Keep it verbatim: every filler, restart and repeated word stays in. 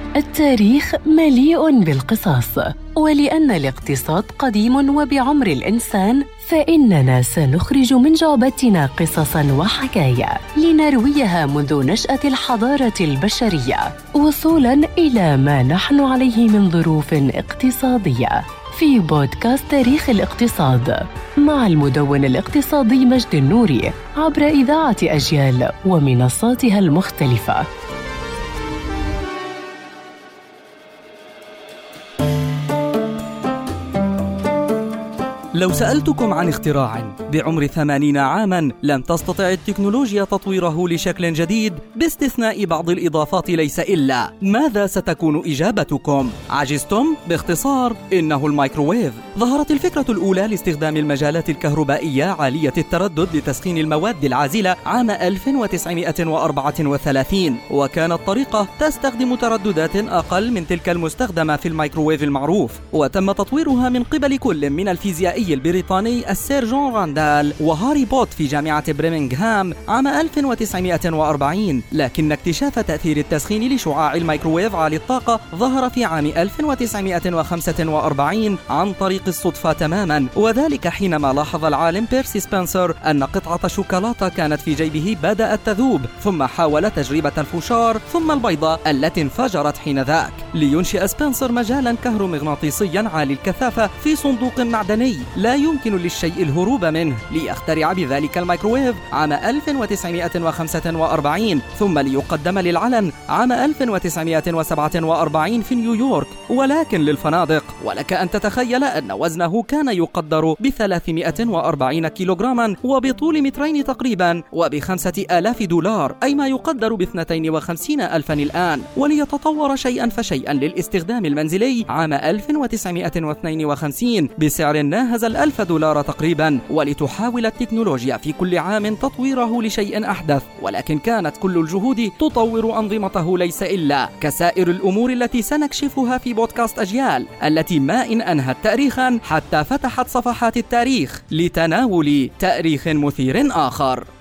التاريخ مليء بالقصص، ولأن الاقتصاد قديم وبعمر الإنسان، فإننا سنخرج من جعبتنا قصصاً وحكايا لنرويها منذ نشأة الحضارة البشرية وصولاً إلى ما نحن عليه من ظروف اقتصادية، في بودكاست تاريخ الاقتصاد مع المدون الاقتصادي مجد النوري عبر إذاعة أجيال ومنصاتها المختلفة. لو سألتكم عن اختراع بعمر ثمانين عاماً لم تستطع التكنولوجيا تطويره لشكل جديد باستثناء بعض الإضافات ليس إلا، ماذا ستكون إجابتكم؟ عجزتم؟ باختصار إنه الميكروويف. ظهرت الفكرة الأولى لاستخدام المجالات الكهربائية عالية التردد لتسخين المواد العازلة عام ألف وتسعمائة وأربعة وثلاثين، وكانت طريقة تستخدم ترددات أقل من تلك المستخدمة في الميكروويف المعروف، وتم تطويرها من قبل كل من الفيزيائي البريطاني السير جون راندال وهاري بوت في جامعة برمنغهام عام ألف وتسعمائة وأربعين. لكن اكتشاف تأثير التسخين لشعاع الميكروويف عالي الطاقة ظهر في عام ألف وتسعمائة وخمسة وأربعين عن طريق الصدفة تماما، وذلك حينما لاحظ العالم بيرسي سبنسر أن قطعة شوكولاتة كانت في جيبه بدأت تذوب، ثم حاول تجربة الفشار ثم البيضة التي انفجرت حين ذاك، لينشئ سبنسر مجالا كهرومغناطيسيا عالي الكثافة في صندوق معدني لا يمكن للشيء الهروب منه، ليخترع بذلك الميكروويف عام ألف وتسعمائة وخمسة وأربعين، ثم ليقدم للعلن عام ألف وتسعمائة وسبعة وأربعين في نيويورك، ولكن للفنادق. ولك أن تتخيل أن وزنه كان يقدر بثلاثمائة وأربعين كيلوغراما وبطول مترين تقريبا وبخمسة آلاف دولار، أي ما يقدر باثنتين وخمسين ألفا الآن. وليتطور شيئا فشيئا للاستخدام المنزلي عام ألف وتسعمائة واثنين وخمسين بسعر ناهز الألف دولار تقريبا، ولتحاول التكنولوجيا في كل عام تطويره لشيء أحدث، ولكن كانت كل الجهود تطور أنظمته ليس إلا، كسائر الأمور التي سنكشفها في بودكاست أجيال، التي ما إن أنهت تاريخا حتى فتحت صفحات التاريخ لتناول تاريخ مثير آخر.